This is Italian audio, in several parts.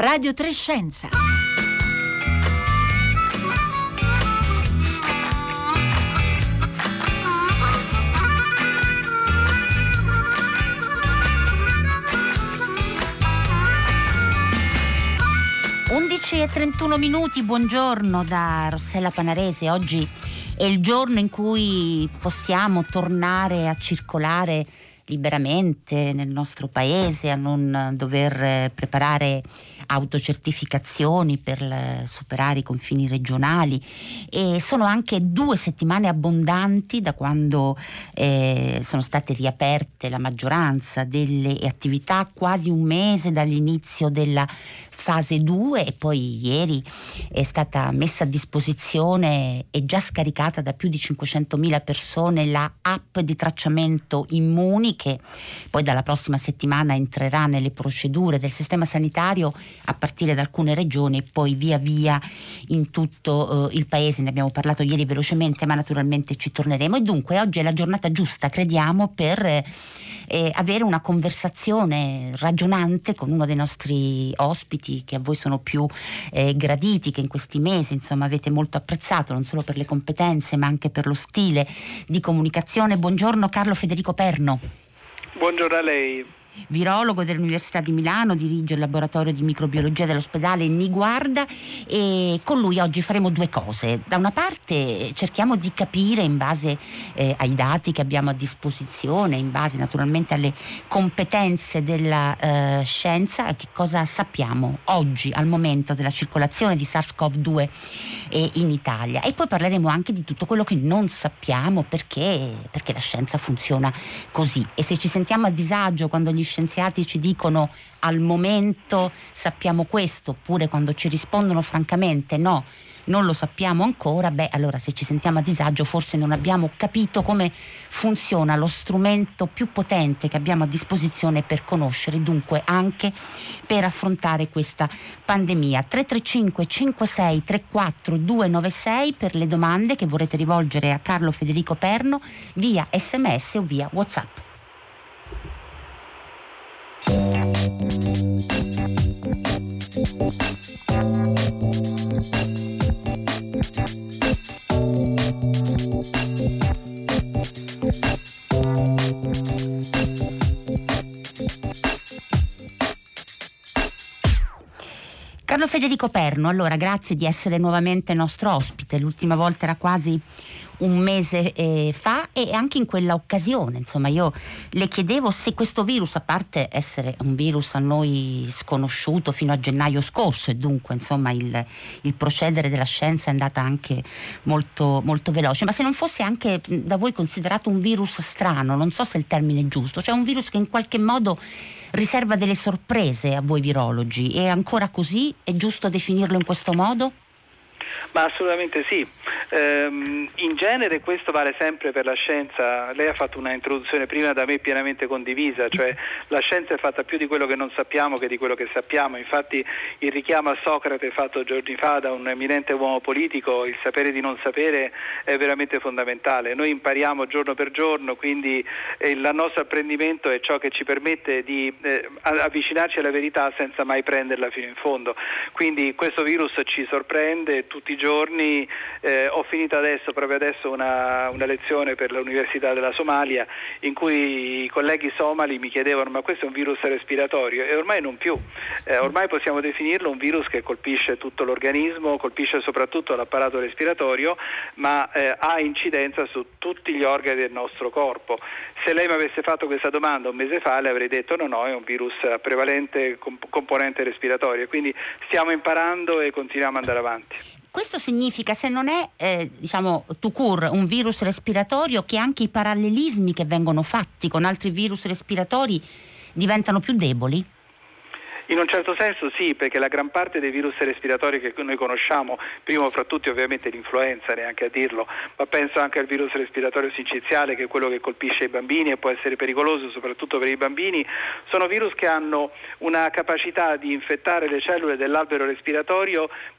Radio 3 Scienza. E 31 minuti, buongiorno da Rossella Panarese. Oggi è il giorno in cui possiamo tornare a circolare liberamente nel nostro paese, a non dover preparare autocertificazioni per superare i confini regionali, e sono anche 2 settimane abbondanti da quando sono state riaperte la maggioranza delle attività, quasi un mese dall'inizio della fase 2, e poi ieri è stata messa a disposizione e già scaricata da più di 500.000 persone la app di tracciamento Immuni, che poi dalla prossima settimana entrerà nelle procedure del sistema sanitario a partire da alcune regioni e poi via via in tutto il paese. Ne abbiamo parlato ieri velocemente, ma naturalmente ci torneremo. E dunque oggi è la giornata giusta, crediamo, per avere una conversazione ragionante con uno dei nostri ospiti, che a voi sono più graditi, che in questi mesi insomma avete molto apprezzato, non solo per le competenze ma anche per lo stile di comunicazione. Buongiorno Carlo Federico Perno. Buongiorno a lei. Virologo dell'Università di Milano, dirige il laboratorio di microbiologia dell'ospedale Niguarda, e con lui oggi faremo 2 cose. Da una parte cerchiamo di capire, in base ai dati che abbiamo a disposizione, in base naturalmente alle competenze della scienza, che cosa sappiamo oggi al momento della circolazione di SARS-CoV-2 in Italia, e poi parleremo anche di tutto quello che non sappiamo, perché la scienza funziona così. E se ci sentiamo a disagio quando gli scienziati ci dicono al momento sappiamo questo, oppure quando ci rispondono francamente no, non lo sappiamo ancora, allora se ci sentiamo a disagio forse non abbiamo capito come funziona lo strumento più potente che abbiamo a disposizione per conoscere, dunque anche per affrontare questa pandemia. 335 56 34 296 per le domande che vorrete rivolgere a Carlo Federico Perno via SMS o via WhatsApp. Carlo Federico Perno, allora grazie di essere nuovamente nostro ospite. L'ultima volta era quasi un mese fa, e anche in quella occasione insomma io le chiedevo se questo virus, a parte essere un virus a noi sconosciuto fino a gennaio scorso, e dunque insomma il procedere della scienza è andata anche molto, molto veloce, ma se non fosse anche da voi considerato un virus strano, non so se il termine è giusto, cioè un virus che in qualche modo riserva delle sorprese a voi virologi. È ancora così? È giusto definirlo in questo modo? Ma assolutamente sì. In genere questo vale sempre per la scienza. Lei ha fatto una introduzione prima da me pienamente condivisa, cioè la scienza è fatta più di quello che non sappiamo che di quello che sappiamo. Infatti il richiamo a Socrate fatto giorni fa da un eminente uomo politico, il sapere di non sapere, è veramente fondamentale. Noi impariamo giorno per giorno, quindi il nostro apprendimento è ciò che ci permette di avvicinarci alla verità senza mai prenderla fino in fondo. Quindi questo virus ci sorprende tutti i giorni. Ho finito proprio adesso una lezione per l'Università della Somalia, in cui i colleghi somali mi chiedevano: ma questo è un virus respiratorio? E ormai non più, ormai possiamo definirlo un virus che colpisce tutto l'organismo, colpisce soprattutto l'apparato respiratorio, ma ha incidenza su tutti gli organi del nostro corpo. Se lei mi avesse fatto questa domanda un mese fa, le avrei detto no, è un virus a prevalente componente respiratoria, quindi stiamo imparando e continuiamo ad andare avanti. Questo significa, se non è tout court un virus respiratorio, che anche i parallelismi che vengono fatti con altri virus respiratori diventano più deboli? In un certo senso sì, perché la gran parte dei virus respiratori che noi conosciamo, primo fra tutti ovviamente l'influenza, neanche a dirlo, ma penso anche al virus respiratorio sinciziale, che è quello che colpisce i bambini e può essere pericoloso soprattutto per i bambini, sono virus che hanno una capacità di infettare le cellule dell'albero respiratorio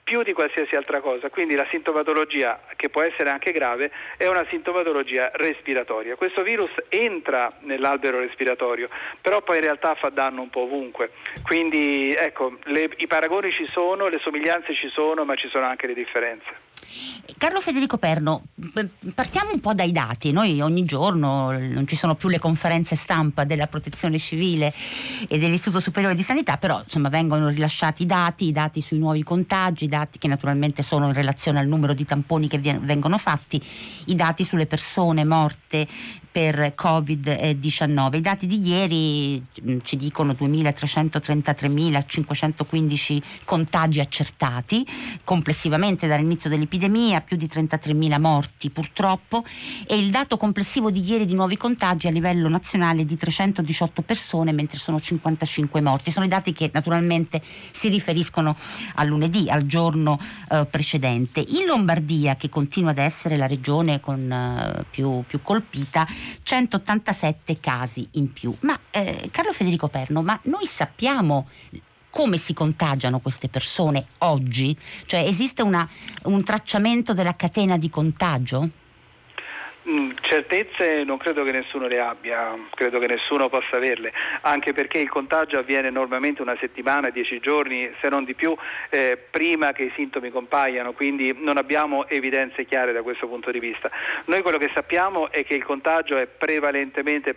più di qualsiasi altra cosa, quindi la sintomatologia, che può essere anche grave, è una sintomatologia respiratoria. Questo virus entra nell'albero respiratorio, però poi in realtà fa danno un po' ovunque, quindi ecco, i paragoni ci sono, le somiglianze ci sono, ma ci sono anche le differenze. Carlo Federico Perno, partiamo un po' dai dati. Noi ogni giorno, non ci sono più le conferenze stampa della Protezione Civile e dell'Istituto Superiore di Sanità, però insomma vengono rilasciati i dati sui nuovi contagi, i dati che naturalmente sono in relazione al numero di tamponi che vengono fatti, i dati sulle persone morte per Covid-19. I dati di ieri ci dicono 2.333.515 contagi accertati complessivamente dall'inizio dell'epidemia, più di 33.000 morti purtroppo, e il dato complessivo di ieri di nuovi contagi a livello nazionale è di 318 persone, mentre sono 55 morti. Sono i dati che naturalmente si riferiscono a lunedì, al giorno precedente. In Lombardia, che continua ad essere la regione con più colpita, 187 casi in più. Ma Carlo Federico Perno, ma noi sappiamo come si contagiano queste persone oggi? Cioè esiste un tracciamento della catena di contagio? Certezze non credo che nessuno le abbia, credo che nessuno possa averle, anche perché il contagio avviene normalmente una settimana, 10 giorni, se non di più, prima che i sintomi compaiano, quindi non abbiamo evidenze chiare da questo punto di vista. Noi quello che sappiamo è che il contagio è prevalentemente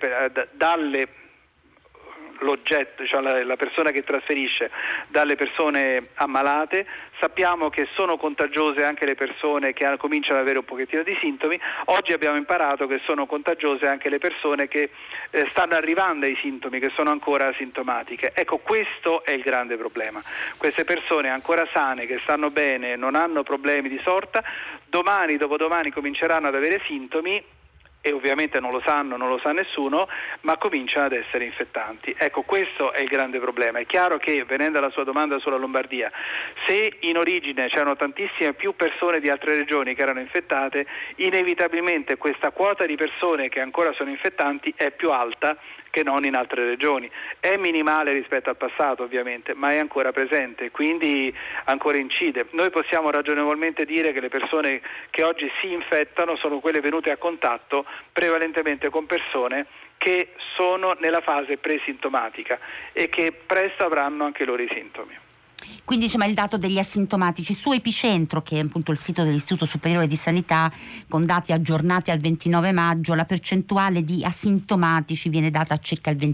l'oggetto, cioè la persona che trasferisce, dalle persone ammalate. Sappiamo che sono contagiose anche le persone che cominciano ad avere un pochettino di sintomi. Oggi abbiamo imparato che sono contagiose anche le persone che stanno arrivando ai sintomi, che sono ancora asintomatiche. Ecco, questo è il grande problema. Queste persone ancora sane, che stanno bene, non hanno problemi di sorta, domani, dopodomani cominceranno ad avere sintomi, e ovviamente non lo sa nessuno, ma cominciano ad essere infettanti. Ecco, questo è il grande problema. È chiaro che, venendo alla sua domanda sulla Lombardia, se in origine c'erano tantissime più persone di altre regioni che erano infettate, inevitabilmente questa quota di persone che ancora sono infettanti è più alta che non in altre regioni. È minimale rispetto al passato ovviamente, ma è ancora presente, quindi ancora incide. Noi possiamo ragionevolmente dire che le persone che oggi si infettano sono quelle venute a contatto prevalentemente con persone che sono nella fase presintomatica e che presto avranno anche loro i sintomi. Quindi insomma il dato degli asintomatici su Epicentro, che è appunto il sito dell'Istituto Superiore di Sanità, con dati aggiornati al 29 maggio, la percentuale di asintomatici viene data a circa il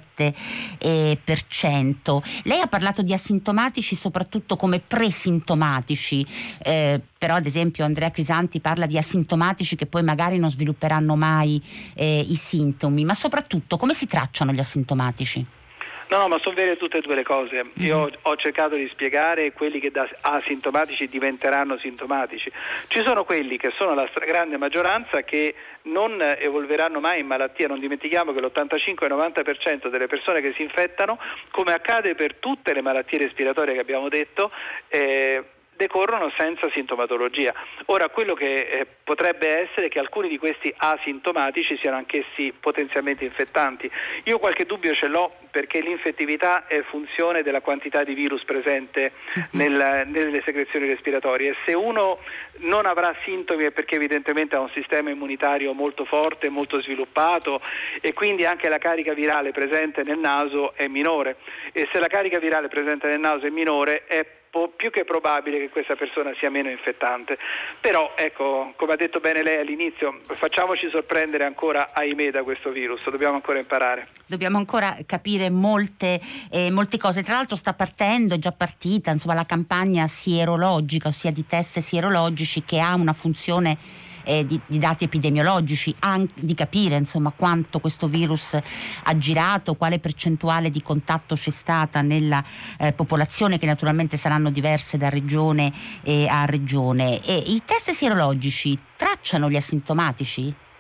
27%. Lei ha parlato di asintomatici soprattutto come presintomatici, però ad esempio Andrea Crisanti parla di asintomatici che poi magari non svilupperanno mai i sintomi, ma soprattutto come si tracciano gli asintomatici? No, ma sono vere tutte e due le cose. Io ho cercato di spiegare quelli che da asintomatici diventeranno sintomatici. Ci sono quelli che sono la stragrande maggioranza che non evolveranno mai in malattia. Non dimentichiamo che l'85-90% delle persone che si infettano, come accade per tutte le malattie respiratorie che abbiamo detto, decorrono senza sintomatologia. Ora, quello che potrebbe essere che alcuni di questi asintomatici siano anch'essi potenzialmente infettanti. Io qualche dubbio ce l'ho, perché l'infettività è funzione della quantità di virus presente nelle secrezioni respiratorie, e se uno non avrà sintomi è perché evidentemente ha un sistema immunitario molto forte, molto sviluppato, e quindi anche la carica virale presente nel naso è minore, e se la carica virale presente nel naso è minore è più che probabile che questa persona sia meno infettante. Però ecco, come ha detto bene lei all'inizio, facciamoci sorprendere ancora, ahimè, da questo virus. Dobbiamo ancora imparare. Dobbiamo ancora capire molte cose. Tra l'altro sta partendo, è già partita, insomma, la campagna sierologica, ossia di test sierologici, che ha una funzione di dati epidemiologici, anche di capire insomma quanto questo virus ha girato, quale percentuale di contatto c'è stata nella popolazione, che naturalmente saranno diverse da regione a regione. E i test sierologici tracciano gli asintomatici?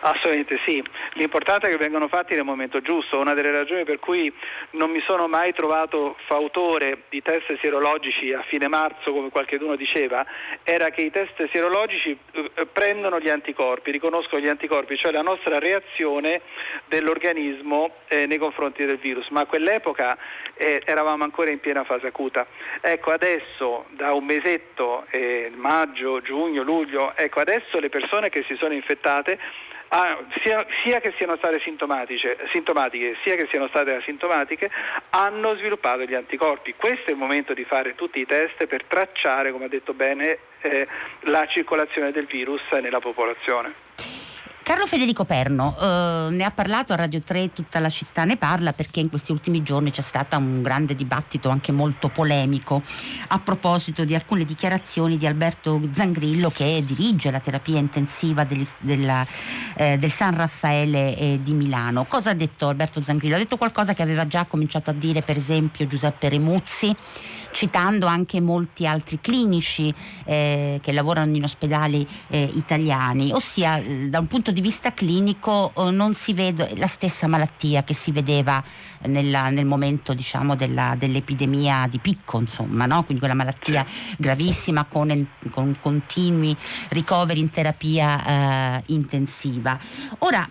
Assolutamente sì, l'importante è che vengano fatti nel momento giusto. Una delle ragioni per cui non mi sono mai trovato fautore di test sierologici a fine marzo, come qualcuno diceva, era che i test sierologici prendono gli anticorpi, riconoscono gli anticorpi, cioè la nostra reazione dell'organismo nei confronti del virus, ma a quell'epoca eravamo ancora in piena fase acuta. Ecco, adesso da un mesetto, maggio, giugno, luglio, ecco, adesso le persone che si sono infettate, sia che siano state sintomatiche sia che siano state asintomatiche, hanno sviluppato gli anticorpi. Questo è il momento di fare tutti i test per tracciare, come ha detto bene, la circolazione del virus nella popolazione. Carlo Federico Perno ne ha parlato a Radio 3, tutta la città ne parla, perché in questi ultimi giorni c'è stato un grande dibattito anche molto polemico a proposito di alcune dichiarazioni di Alberto Zangrillo, che dirige la terapia intensiva del San Raffaele di Milano. Cosa ha detto Alberto Zangrillo? Ha detto qualcosa che aveva già cominciato a dire per esempio Giuseppe Remuzzi, citando anche molti altri clinici che lavorano in ospedali italiani, ossia da un punto di vista clinico non si vede la stessa malattia che si vedeva nel momento, diciamo, dell'epidemia di picco, insomma, no? Quindi quella malattia gravissima con continui ricoveri in terapia intensiva. Ora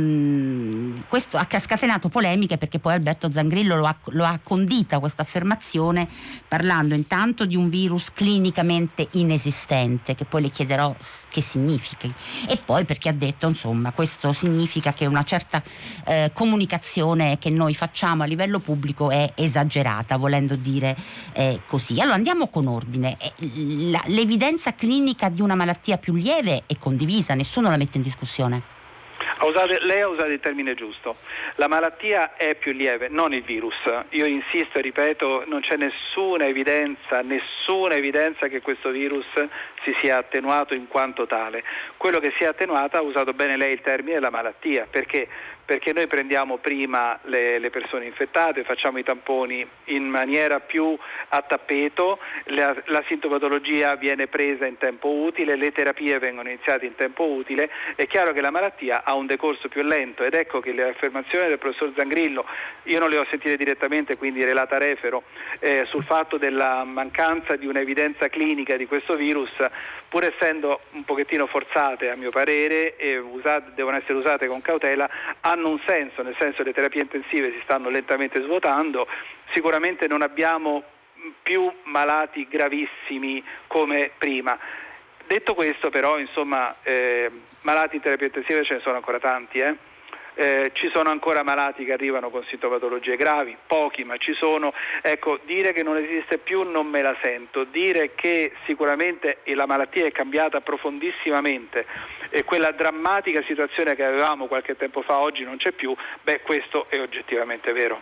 questo ha scatenato polemiche, perché poi Alberto Zangrillo lo ha condita questa affermazione parlando intanto di un virus clinicamente inesistente, che poi le chiederò che significhi, e poi perché ha detto, insomma, questo significa che una certa comunicazione che noi facciamo a livello pubblico è esagerata, volendo dire così. Allora andiamo con ordine. L'evidenza clinica di una malattia più lieve è condivisa, nessuno la mette in discussione. Lei ha usato il termine giusto. La malattia è più lieve, non il virus. Io insisto e ripeto, non c'è nessuna evidenza che questo virus si sia attenuato in quanto tale. Quello che si è attenuato, ha usato bene lei il termine, la malattia. Perché noi prendiamo prima le persone infettate, facciamo i tamponi in maniera più a tappeto, la sintomatologia viene presa in tempo utile, le terapie vengono iniziate in tempo utile. È chiaro che la malattia ha un decorso più lento, ed ecco che le affermazioni del professor Zangrillo, io non le ho sentite direttamente, quindi relata refero, sul fatto della mancanza di un'evidenza clinica di questo virus, pur essendo un pochettino forzate a mio parere e devono essere usate con cautela, hanno un senso, nel senso che le terapie intensive si stanno lentamente svuotando, sicuramente non abbiamo più malati gravissimi come prima. Detto questo, però, insomma, malati in terapia intensiva ce ne sono ancora tanti, ci sono ancora malati che arrivano con sintomatologie gravi, pochi ma ci sono. Ecco, dire che non esiste più non me la sento. Dire che sicuramente la malattia è cambiata profondissimamente e quella drammatica situazione che avevamo qualche tempo fa oggi non c'è più, questo è oggettivamente vero.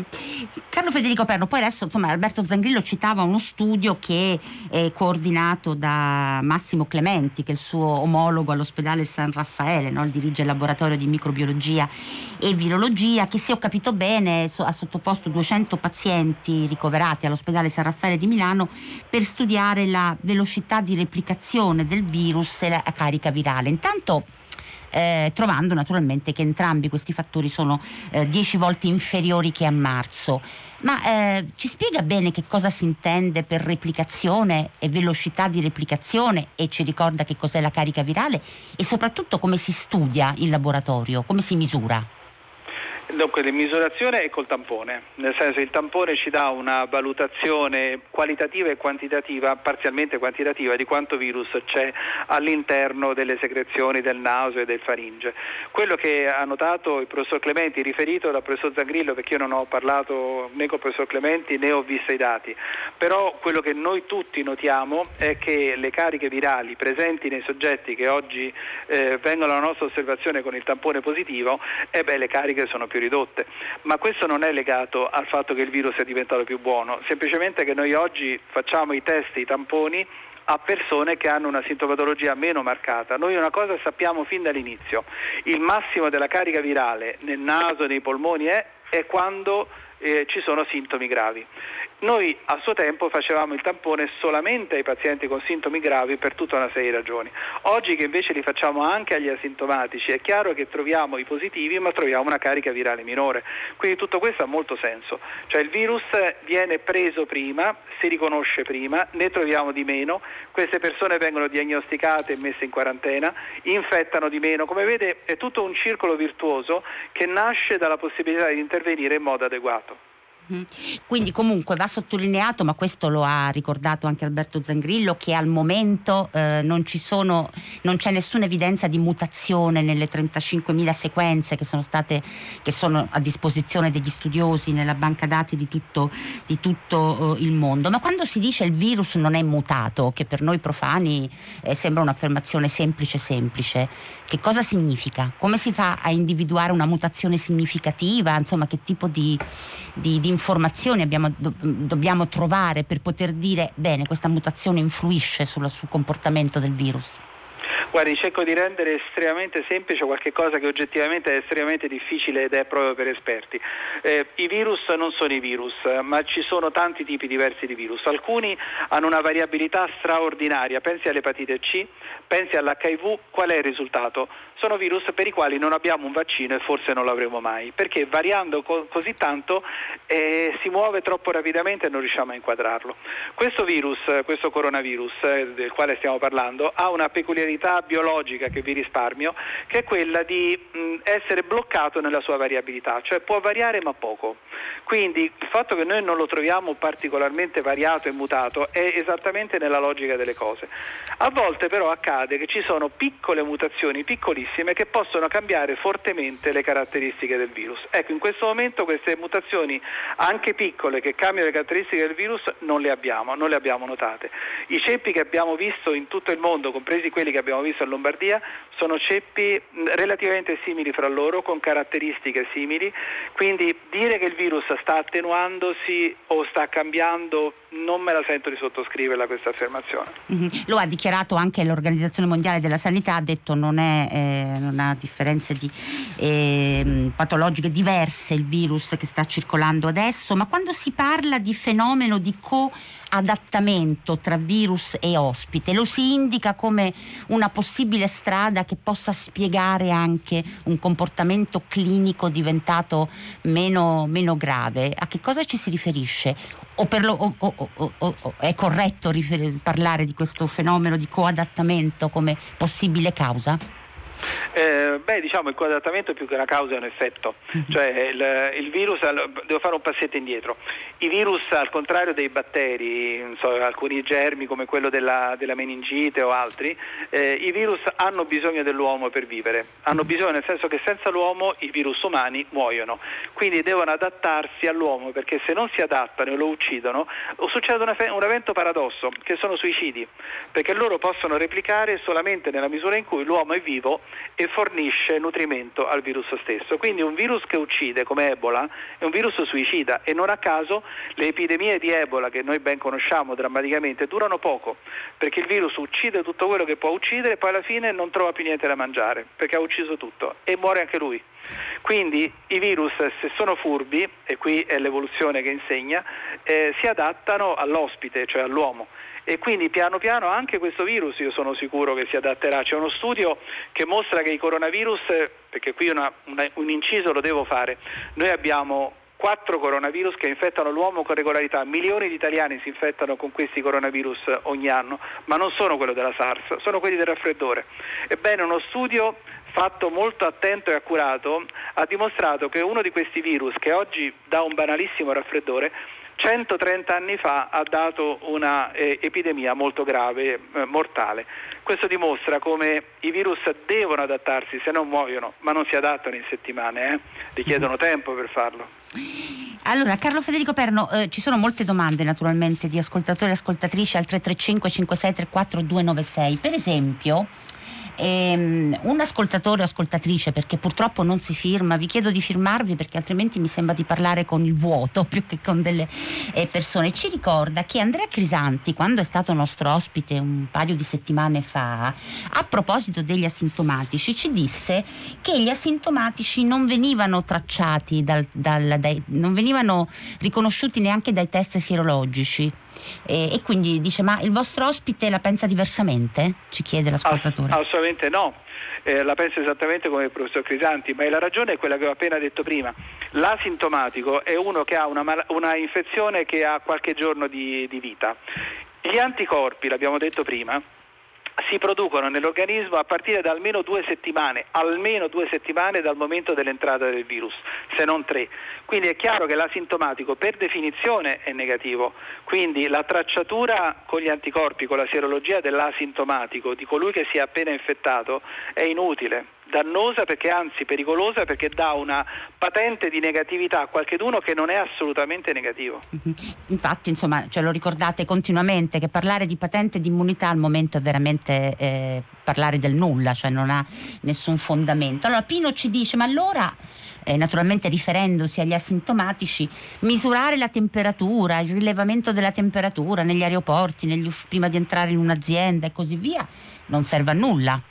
Carlo Federico Perno, poi adesso, insomma, Alberto Zangrillo citava uno studio che è coordinato da Massimo Clementi, che è il suo omologo all'ospedale San Raffaele, no? Dirige il laboratorio di microbiologia e virologia, che, se ho capito bene, ha sottoposto 200 pazienti ricoverati all'ospedale San Raffaele di Milano per studiare la velocità di replicazione del virus e la carica virale. Intanto trovando naturalmente che entrambi questi fattori sono 10 volte inferiori che a marzo. Ma ci spiega bene che cosa si intende per replicazione e velocità di replicazione, e ci ricorda che cos'è la carica virale e soprattutto come si studia in laboratorio, come si misura? Dunque, la misurazione è col tampone, nel senso che il tampone ci dà una valutazione qualitativa e quantitativa, parzialmente quantitativa, di quanto virus c'è all'interno delle secrezioni del naso e del faringe. Quello che ha notato il professor Clementi, riferito dal professor Zangrillo, perché io non ho parlato né col professor Clementi né ho visto i dati, però quello che noi tutti notiamo è che le cariche virali presenti nei soggetti che oggi vengono alla nostra osservazione con il tampone positivo, le cariche sono più ridotte, ma questo non è legato al fatto che il virus è diventato più buono, semplicemente che noi oggi facciamo i test, i tamponi a persone che hanno una sintomatologia meno marcata. Noi una cosa sappiamo fin dall'inizio: il massimo della carica virale nel naso e nei polmoni è quando ci sono sintomi gravi. Noi a suo tempo facevamo il tampone solamente ai pazienti con sintomi gravi per tutta una serie di ragioni. Oggi che invece li facciamo anche agli asintomatici, è chiaro che troviamo i positivi ma troviamo una carica virale minore. Quindi tutto questo ha molto senso. Cioè il virus viene preso prima, si riconosce prima, ne troviamo di meno, queste persone vengono diagnosticate e messe in quarantena, infettano di meno. Come vede è tutto un circolo virtuoso che nasce dalla possibilità di intervenire in modo adeguato. Quindi comunque va sottolineato, ma questo lo ha ricordato anche Alberto Zangrillo, che al momento non c'è nessuna evidenza di mutazione nelle 35.000 sequenze che sono a disposizione degli studiosi nella banca dati di tutto il mondo. Ma quando si dice il virus non è mutato, che per noi profani sembra un'affermazione semplice, che cosa significa? Come si fa a individuare una mutazione significativa? Insomma, che tipo di informazioni dobbiamo trovare per poter dire bene, questa mutazione influisce sul comportamento del virus? Guardi, cerco di rendere estremamente semplice qualche cosa che oggettivamente è estremamente difficile ed è proprio per esperti. I virus non sono i virus, ma ci sono tanti tipi diversi di virus. Alcuni hanno una variabilità straordinaria, pensi all'epatite C, pensi all'HIV, qual è il risultato? Sono virus per i quali non abbiamo un vaccino e forse non l'avremo mai, perché variando così tanto si muove troppo rapidamente e non riusciamo a inquadrarlo. Questo virus, questo coronavirus del quale stiamo parlando, ha una peculiarità biologica che vi risparmio, che è quella di essere bloccato nella sua variabilità, cioè può variare ma poco. Quindi il fatto che noi non lo troviamo particolarmente variato e mutato è esattamente nella logica delle cose. A volte però accade che ci sono piccole mutazioni, piccolissime, che possono cambiare fortemente le caratteristiche del virus. Ecco, in questo momento queste mutazioni anche piccole che cambiano le caratteristiche del virus non le abbiamo notate. I ceppi che abbiamo visto in tutto il mondo, compresi quelli che abbiamo visto in Lombardia, sono ceppi relativamente simili fra loro, con caratteristiche simili, quindi dire che il virus sta attenuandosi o sta cambiando non me la sento di sottoscriverla questa affermazione. Lo ha dichiarato anche l'Organizzazione Mondiale della Sanità, ha detto non ha differenze patologiche diverse il virus che sta circolando adesso, ma quando si parla di fenomeno di adattamento tra virus e ospite, lo si indica come una possibile strada che possa spiegare anche un comportamento clinico diventato meno grave. A che cosa ci si riferisce? È corretto parlare di questo fenomeno di coadattamento come possibile causa? Diciamo il coadattamento più che una causa è un effetto, cioè il virus, devo fare un passetto indietro, i virus al contrario dei batteri, alcuni germi come quello della meningite o altri, i virus hanno bisogno dell'uomo per vivere, hanno bisogno nel senso che senza l'uomo i virus umani muoiono, quindi devono adattarsi all'uomo, perché se non si adattano e lo uccidono succede un evento paradosso, che sono suicidi, perché loro possono replicare solamente nella misura in cui l'uomo è vivo e fornisce nutrimento al virus stesso. Quindi un virus che uccide come Ebola è un virus suicida, e non a caso le epidemie di Ebola che noi ben conosciamo drammaticamente durano poco, perché il virus uccide tutto quello che può uccidere e poi alla fine non trova più niente da mangiare perché ha ucciso tutto e muore anche lui. Quindi i virus, se sono furbi, e qui è l'evoluzione che insegna, si adattano all'ospite, cioè all'uomo. E quindi piano piano anche questo virus io sono sicuro che si adatterà. C'è uno studio che mostra che i coronavirus, perché qui un inciso lo devo fare, noi abbiamo 4 coronavirus che infettano l'uomo con regolarità, milioni di italiani si infettano con questi coronavirus ogni anno, ma non sono quello della SARS, sono quelli del raffreddore. Ebbene, uno studio fatto molto attento e accurato ha dimostrato che uno di questi virus, che oggi dà un banalissimo raffreddore, 130 anni fa ha dato una epidemia molto grave, mortale. Questo dimostra come i virus devono adattarsi, se non muoiono, ma non si adattano in settimane, richiedono tempo per farlo. Allora, Carlo Federico Perno, ci sono molte domande naturalmente di ascoltatori e ascoltatrici al 335 5634 296. Per esempio, Un ascoltatore o ascoltatrice, perché purtroppo non si firma, vi chiedo di firmarvi perché altrimenti mi sembra di parlare con il vuoto più che con delle persone, ci ricorda che Andrea Crisanti, quando è stato nostro ospite un paio di settimane fa, a proposito degli asintomatici, ci disse che gli asintomatici non venivano tracciati non venivano riconosciuti neanche dai test sierologici. E quindi dice: ma il vostro ospite la pensa diversamente? Ci chiede l'ascoltatore. Assolutamente no, la penso esattamente come il professor Crisanti, ma la ragione è quella che ho appena detto prima. L'asintomatico è uno che ha una infezione che ha qualche giorno di vita. Gli anticorpi, l'abbiamo detto prima, si producono nell'organismo a partire da almeno 2 settimane dal momento dell'entrata del virus, se non 3. Quindi è chiaro che l'asintomatico per definizione è negativo, quindi la tracciatura con gli anticorpi, con la sierologia dell'asintomatico, di colui che si è appena infettato, è inutile, dannosa perché anzi pericolosa, perché dà una patente di negatività a qualcheduno che non è assolutamente negativo. Infatti, insomma, lo ricordate continuamente che parlare di patente di immunità al momento è veramente parlare del nulla, cioè non ha nessun fondamento. Allora Pino ci dice: ma allora, naturalmente riferendosi agli asintomatici, misurare la temperatura, il rilevamento della temperatura negli aeroporti, prima di entrare in un'azienda e così via, non serve a nulla?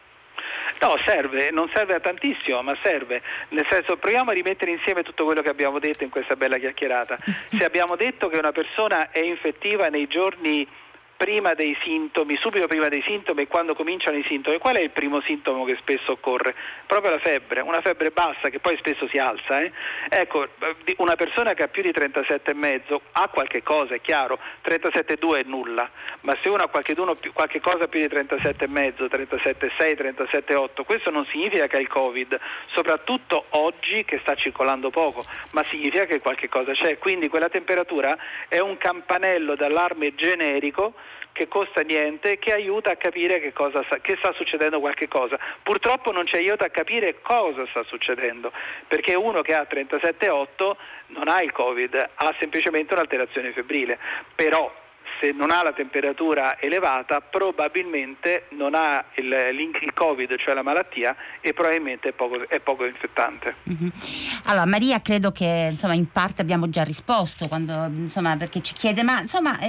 No, serve, non serve a tantissimo, ma serve. Nel senso, proviamo a rimettere insieme tutto quello che abbiamo detto in questa bella chiacchierata. Se abbiamo detto che una persona è infettiva nei giorni prima dei sintomi, subito prima dei sintomi e quando cominciano i sintomi, qual è il primo sintomo che spesso occorre? Proprio la febbre, una febbre bassa che poi spesso si alza. Ecco, una persona che ha più di 37,5 ha qualche cosa, è chiaro, 37,2 è nulla, ma se uno ha qualche cosa più di 37,5, 37,6, 37,8, questo non significa che ha il Covid, soprattutto oggi che sta circolando poco, ma significa che qualche cosa c'è. Quindi quella temperatura è un campanello d'allarme generico che costa niente, che aiuta a capire che sta succedendo qualche cosa. Purtroppo non ci aiuta a capire cosa sta succedendo, perché uno che ha 37,8 non ha il Covid, ha semplicemente un'alterazione febbrile, però se non ha la temperatura elevata probabilmente non ha il Covid, cioè la malattia, e probabilmente è poco infettante. Allora Maria, credo che insomma in parte abbiamo già risposto perché ci chiede ma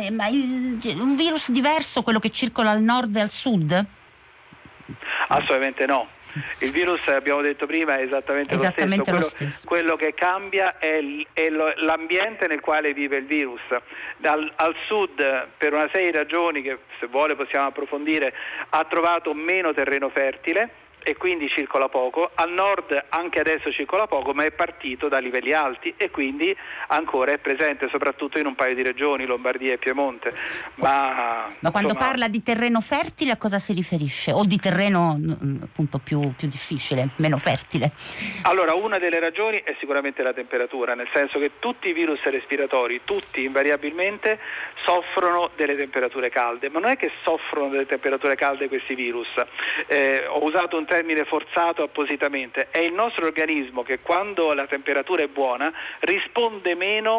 un virus diverso quello che circola al nord e al sud? Assolutamente no. Il virus, abbiamo detto prima, è esattamente lo stesso. Quello che cambia è l'ambiente nel quale vive il virus. Al sud, per una serie di ragioni che se vuole possiamo approfondire, ha trovato meno terreno fertile e quindi circola poco. Al nord anche adesso circola poco, ma è partito da livelli alti e quindi ancora è presente soprattutto in un paio di regioni, Lombardia e Piemonte. Ma quando parla di terreno fertile a cosa si riferisce? O di terreno appunto più difficile, meno fertile? Allora, una delle ragioni è sicuramente la temperatura, nel senso che tutti i virus respiratori, tutti invariabilmente soffrono delle temperature calde, ma non è che soffrono delle temperature calde questi virus. Ho usato un termine forzato appositamente, è il nostro organismo che quando la temperatura è buona risponde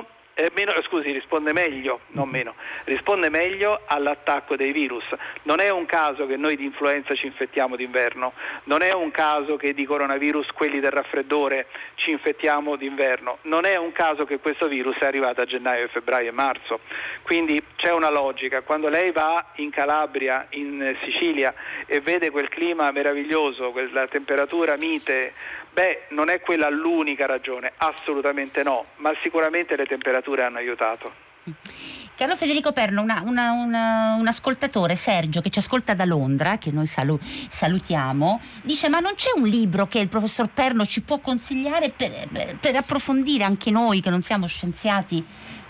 risponde meglio all'attacco dei virus. Non è un caso che noi di influenza ci infettiamo d'inverno, non è un caso che di coronavirus quelli del raffreddore ci infettiamo d'inverno, non è un caso che questo virus è arrivato a gennaio, febbraio e marzo. Quindi c'è una logica. Quando lei va in Calabria, in Sicilia e vede quel clima meraviglioso, quella temperatura mite, non è quella l'unica ragione, assolutamente no, ma sicuramente le temperature hanno aiutato. Carlo Federico Perno, un ascoltatore, Sergio, che ci ascolta da Londra, che noi salutiamo, dice: ma non c'è un libro che il professor Perno ci può consigliare per approfondire anche noi che non siamo scienziati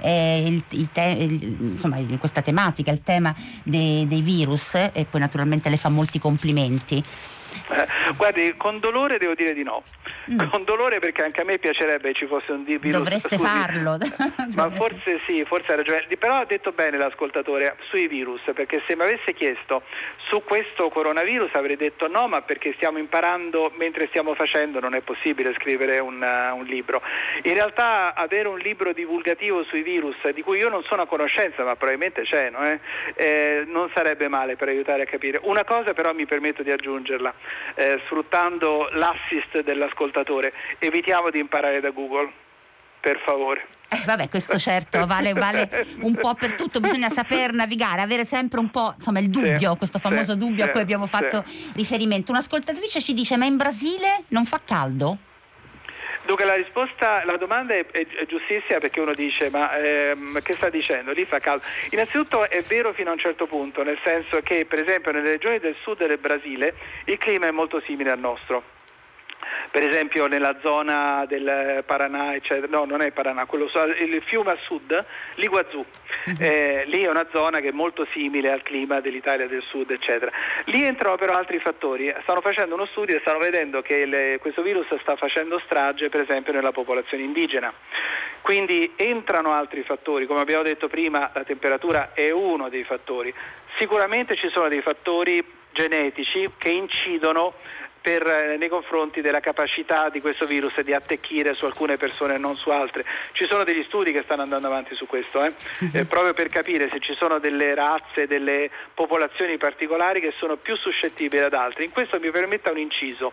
in questa tematica, il tema dei virus? E poi naturalmente le fa molti complimenti. Guardi, con dolore devo dire di no. Con dolore, perché anche a me piacerebbe ci fosse un virus. Dovreste farlo. Ma forse sì, forse ha ragione. Però ha detto bene l'ascoltatore sui virus, perché se mi avesse chiesto su questo coronavirus avrei detto no, ma perché stiamo imparando mentre stiamo facendo, non è possibile scrivere un libro. In realtà avere un libro divulgativo sui virus, di cui io non sono a conoscenza, ma probabilmente c'è, no? Non sarebbe male per aiutare a capire. Una cosa però mi permetto di aggiungerla, sfruttando l'assist dell'ascoltatore: evitiamo di imparare da Google, per favore. Vabbè, questo certo vale un po' per tutto, bisogna saper navigare, avere sempre un po', insomma, il dubbio, questo famoso dubbio a cui abbiamo fatto riferimento. Un'ascoltatrice ci dice: ma in Brasile non fa caldo? Dunque la domanda è giustissima, perché uno dice ma che sta dicendo? Lì fa caldo. Innanzitutto è vero fino a un certo punto, nel senso che per esempio nelle regioni del sud del Brasile il clima è molto simile al nostro. Per esempio nella zona del Paraná, eccetera, no, non è il Paraná, il fiume a sud, l'Iguazú, lì è una zona che è molto simile al clima dell'Italia del sud, eccetera. Lì entrano però altri fattori. Stanno facendo uno studio e stanno vedendo che questo virus sta facendo strage, per esempio, nella popolazione indigena. Quindi entrano altri fattori, come abbiamo detto prima, la temperatura è uno dei fattori. Sicuramente ci sono dei fattori genetici che incidono nei confronti della capacità di questo virus di attecchire su alcune persone e non su altre. Ci sono degli studi che stanno andando avanti su questo, proprio per capire se ci sono delle razze, delle popolazioni particolari che sono più suscettibili ad altre. In questo mi permetta un inciso: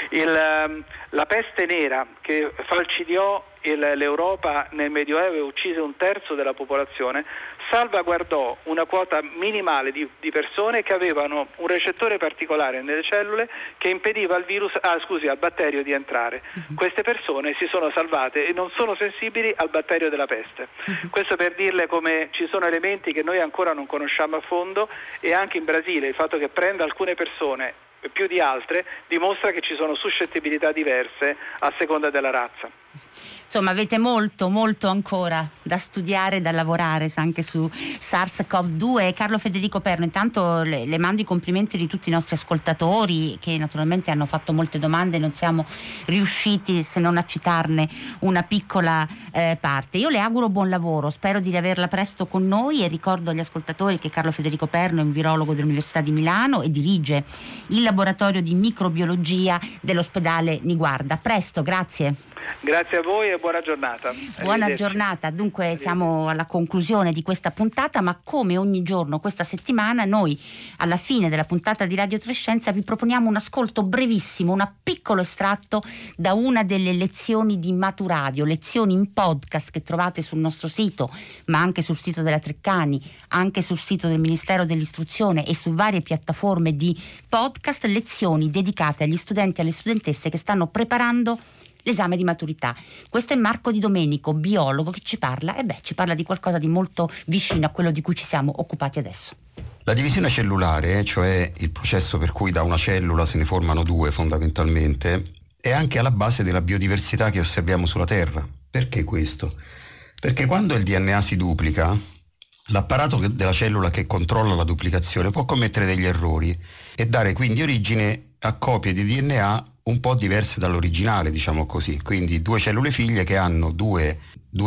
la peste nera che falcidiò l'Europa nel Medioevo e uccise un terzo della popolazione, salvaguardò una quota minimale di persone che avevano un recettore particolare nelle cellule che impediva al batterio di entrare. Queste persone si sono salvate e non sono sensibili al batterio della peste. Questo per dirle come ci sono elementi che noi ancora non conosciamo a fondo, e anche in Brasile il fatto che prenda alcune persone più di altre dimostra che ci sono suscettibilità diverse a seconda della razza. Insomma, avete molto ancora da studiare, da lavorare anche su SARS-CoV-2. Carlo Federico Perno, intanto le mando i complimenti di tutti i nostri ascoltatori, che naturalmente hanno fatto molte domande, non siamo riusciti se non a citarne una piccola parte. Io le auguro buon lavoro, spero di riaverla presto con noi, e ricordo agli ascoltatori che Carlo Federico Perno è un virologo dell'Università di Milano e dirige il laboratorio di microbiologia dell'ospedale Niguarda. A presto, grazie. Grazie a voi e buona giornata. Buona giornata. Dunque siamo alla conclusione di questa puntata, ma come ogni giorno questa settimana noi alla fine della puntata di Radio Trescenza vi proponiamo un ascolto brevissimo, un piccolo estratto da una delle lezioni di Maturadio, lezioni in podcast che trovate sul nostro sito, ma anche sul sito della Treccani, anche sul sito del Ministero dell'Istruzione e su varie piattaforme di podcast, lezioni dedicate agli studenti e alle studentesse che stanno preparando l'esame di maturità. Questo è Marco Di Domenico, biologo, che ci parla di qualcosa di molto vicino a quello di cui ci siamo occupati adesso. La divisione cellulare, cioè il processo per cui da una cellula se ne formano due fondamentalmente, è anche alla base della biodiversità che osserviamo sulla Terra. Perché questo? Perché quando il DNA si duplica, l'apparato della cellula che controlla la duplicazione può commettere degli errori e dare quindi origine a copie di DNA un po' diverse dall'originale, diciamo così. Quindi due cellule figlie che hanno due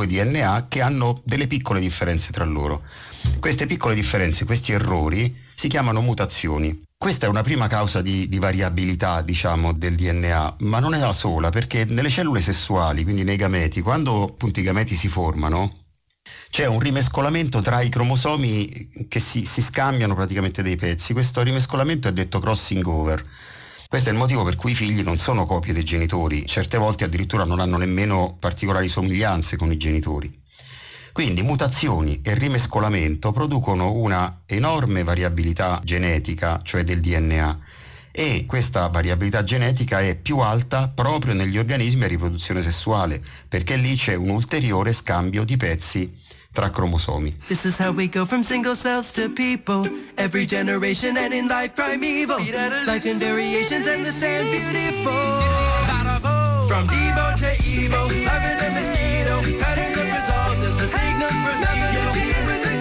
DNA che hanno delle piccole differenze tra loro. Queste piccole differenze, questi errori, si chiamano mutazioni. Questa è una prima causa di variabilità, diciamo, del DNA, ma non è la sola, perché nelle cellule sessuali, quindi nei gameti, quando appunto i gameti si formano, c'è un rimescolamento tra i cromosomi che si scambiano praticamente dei pezzi. Questo rimescolamento è detto crossing over. Questo è il motivo per cui i figli non sono copie dei genitori, certe volte addirittura non hanno nemmeno particolari somiglianze con i genitori. Quindi mutazioni e rimescolamento producono una enorme variabilità genetica, cioè del DNA, e questa variabilità genetica è più alta proprio negli organismi a riproduzione sessuale, perché lì c'è un ulteriore scambio di pezzi tra cromosomi. This is how we go from single cells to people. Every generation and in life primeval. Life in variations and the same beautiful. From Devo to Evo, loving a mosquito. Patterns of result as the signals proceed. With the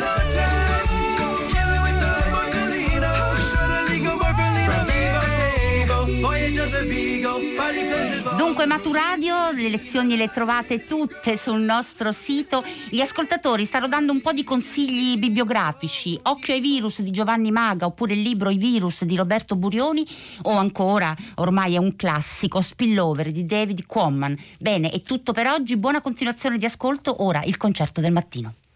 glow, kill it with the Morpholino. Surely go Morpholino. From Devo to Evo. age of the Beagle. Party plans involved. Dunque Maturadio, le lezioni le trovate tutte sul nostro sito. Gli ascoltatori stanno dando un po' di consigli bibliografici: Occhio ai virus di Giovanni Maga, oppure il libro I virus di Roberto Burioni, o ancora, ormai è un classico, Spillover di David Quammen. Bene, è tutto per oggi, buona continuazione di ascolto. Ora il concerto del mattino.